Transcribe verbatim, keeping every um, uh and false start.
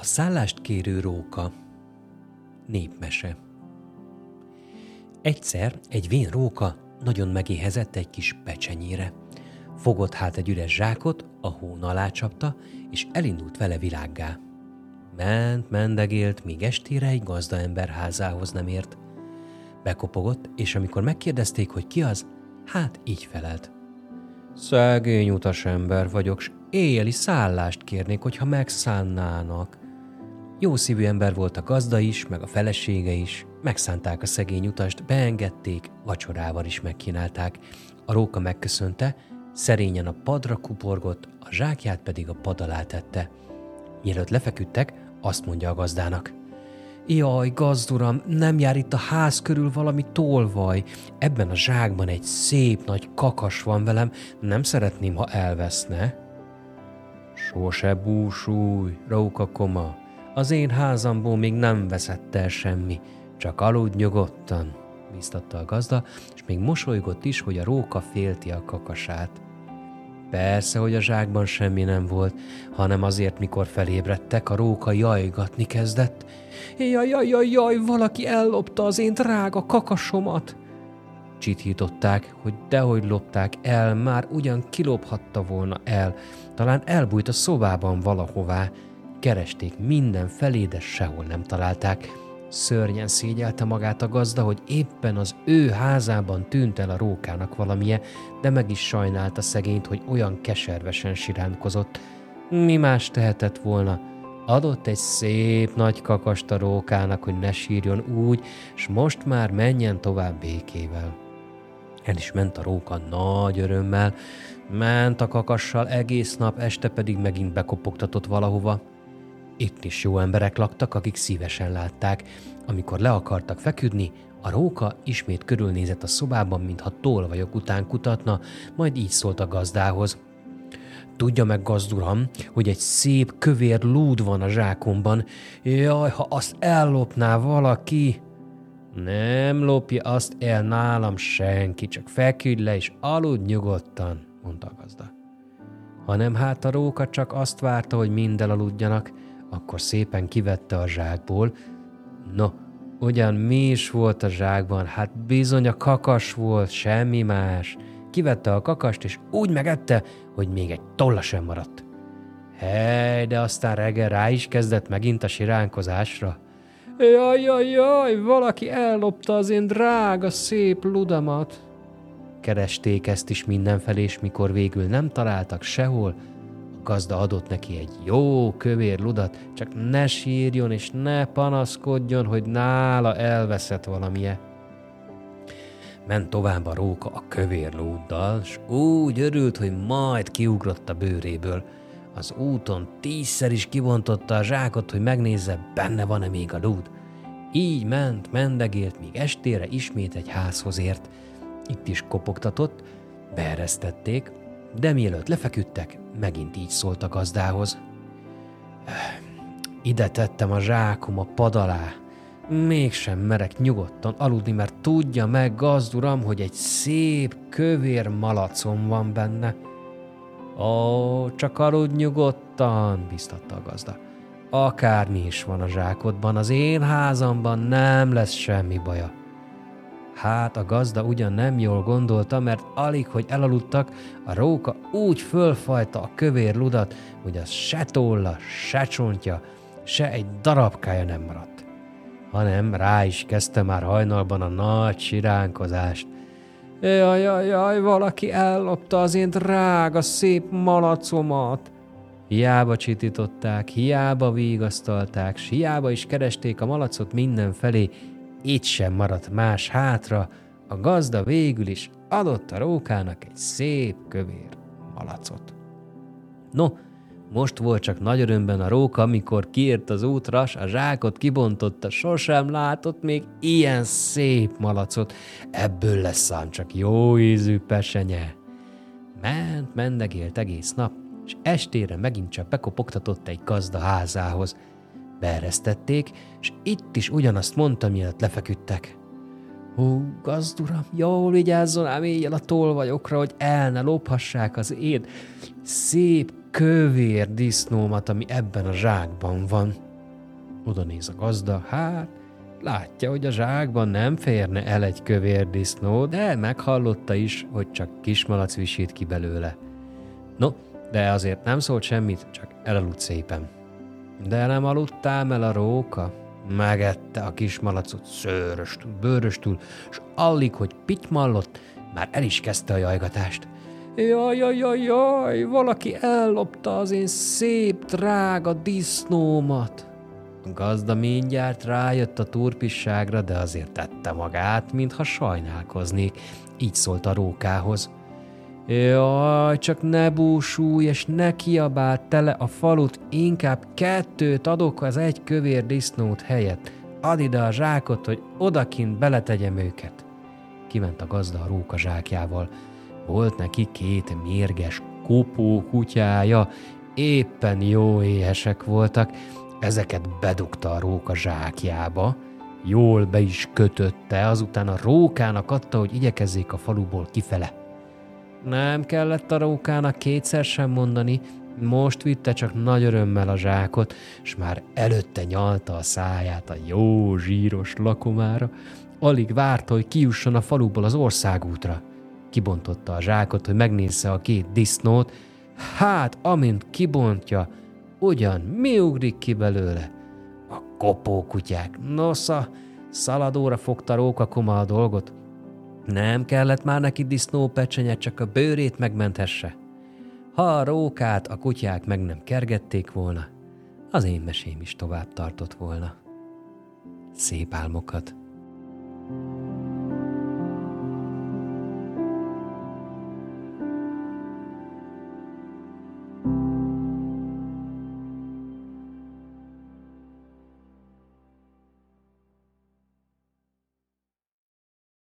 A szállást kérő róka. Népmese. Egyszer egy vén róka nagyon megéhezett egy kis pecsenyére. Fogott hát egy üres zsákot, a hón alá csapta, és elindult vele világgá. Ment, mendegélt, míg estére egy gazdaember házához nem ért. Bekopogott, és amikor megkérdezték, hogy ki az, hát így felelt. Szegény utasember vagyok, s éjjeli szállást kérnék, hogyha megszánnának. Jó szívű ember volt a gazda is, meg a felesége is. Megszánták a szegény utast, beengedték, vacsorával is megkínálták. A róka megköszönte, szerényen a padra kuporgott, a zsákját pedig a pad alá tette. Mielőtt lefeküdtek, azt mondja a gazdának. Jaj, gazduram, nem jár itt a ház körül valami tolvaj. Ebben a zsákban egy szép nagy kakas van velem, nem szeretném, ha elveszne. Sose búsulj, rókakoma, az én házamból még nem veszett el semmi, csak aludj nyugodtan, bíztatta a gazda, és még mosolygott is, hogy a róka félti a kakasát. Persze, hogy a zsákban semmi nem volt, hanem azért, mikor felébredtek, a róka jajgatni kezdett. Jaj, jaj, jaj, jaj, valaki ellopta az én drága kakasomat. Csitították, hogy dehogy lopták el, már ugyan kilophatta volna el, talán elbújt a szobában valahová. Keresték mindenfelé, de sehol nem találták. Szörnyen szégyelte magát a gazda, hogy éppen az ő házában tűnt el a rókának valamije, de meg is sajnálta szegényt, hogy olyan keservesen siránkozott. Mi más tehetett volna? Adott egy szép nagy kakast a rókának, hogy ne sírjon úgy, s most már menjen tovább békével. El is ment a róka nagy örömmel, ment a kakassal egész nap, este pedig megint bekopogtatott valahova. Itt is jó emberek laktak, akik szívesen látták. Amikor le akartak feküdni, a róka ismét körülnézett a szobában, mintha tolvajok után kutatna, majd így szólt a gazdához. Tudja meg, gazduram, hogy egy szép kövér lúd van a zsákomban. Jaj, ha azt ellopná valaki! Nem lopja azt el nálam senki, csak feküdj le és aludj nyugodtan, mondta a gazda. Hanem hát a róka csak azt várta, hogy mind elaludjanak, akkor szépen kivette a zsákból. No, ugyan mi is volt a zsákban? Hát bizony a kakas volt, semmi más. Kivette a kakast, és úgy megette, hogy még egy tolla sem maradt. Hely, de aztán reggel rá is kezdett megint a siránkozásra. Jaj, jaj, jaj, valaki ellopta az én drága, szép ludamat. Keresték ezt is mindenfelé, és mikor végül nem találtak sehol, a gazda adott neki egy jó kövér ludat, csak ne sírjon és ne panaszkodjon, hogy nála elveszett valamije. Ment tovább a róka a kövér lúddal, s úgy örült, hogy majd kiugrott a bőréből. Az úton tízszer is kibontotta a zsákot, hogy megnézze, benne van-e még a lúd. Így ment, mendegélt, míg estére ismét egy házhoz ért. Itt is kopogtatott, beeresztették, de mielőtt lefeküdtek, megint így szólt a gazdához. Ide tettem a zsákom a pad alá. Mégsem merek nyugodtan aludni, mert tudja meg, gazduram, hogy egy szép kövér malacom van benne. Ó, csak aludj nyugodtan, biztatta a gazda. Akármi is van a zsákodban, az én házamban nem lesz semmi baja. Hát a gazda ugyan nem jól gondolta, mert alig, hogy elaludtak, a róka úgy fölfajta a kövér ludat, hogy az se tolla, se csontja, se egy darabkája nem maradt. Hanem rá is kezdte már hajnalban a nagy siránkozást. Jaj, jaj, jaj, valaki ellopta az én drága, szép malacomat. Hiába csitították, hiába vigasztalták, s hiába is keresték a malacot mindenfelé, itt sem maradt más hátra, a gazda végül is adott a rókának egy szép kövér malacot. No, most volt csak nagy örömben a róka, amikor kiért az útra, s a zsákot kibontotta, sosem látott még ilyen szép malacot, ebből lesz ám csak jó ízű pesenye. Ment, mendegélt egész nap, és estére megint csak bekopogtatott egy gazda házához. Beeresztették, és itt is ugyanazt mondta, mielőtt lefeküdtek. Hú, gazduram, jól vigyázzon ám éjjel a tolvajokra, hogy el ne lophassák az én szép kövér disznómat, ami ebben a zsákban van. Oda néz a gazda, hát látja, hogy a zsákban nem férne el egy kövér disznó, de meghallotta is, hogy csak kismalac visít ki belőle. No, de azért nem szólt semmit, csak elaludt szépen. De nem aludtál el a róka? Megette a kismalacot szőröstül, bőröstül, s alig, hogy pitymallott, már el is kezdte a jajgatást. Jaj, jaj, jaj, jaj, valaki ellopta az én szép, drága disznómat. A gazda mindjárt rájött a turpisságra, de azért tette magát, mintha sajnálkoznék. Így szólt a rókához. Jaj, csak ne búsulj, és ne kiabáld tele a falut, inkább kettőt adok az egy kövér disznót helyett. Add ide a zsákot, hogy odakint beletegyem őket. Kiment a gazda a róka zsákjával. Volt neki két mérges kopó kutyája, éppen jó éhesek voltak, ezeket bedugta a róka zsákjába, jól be is kötötte, azután a rókának adta, hogy igyekezzék a faluból kifele. Nem kellett a rókának kétszer sem mondani, most vitte csak nagy örömmel a zsákot, s már előtte nyalta a száját a jó zsíros lakomára, alig várta, hogy kijusson a faluból az országútra. Kibontotta a zsákot, hogy megnézze a két disznót, hát amint kibontja, ugyan mi ugrik ki belőle? A kopókutyák. Nosza, szaladóra fogta rókakoma a dolgot. Nem kellett már neki disznópecsenye, csak a bőrét megmenthesse. Ha a rókát a kutyák meg nem kergették volna, az én mesém is tovább tartott volna. Szép álmokat!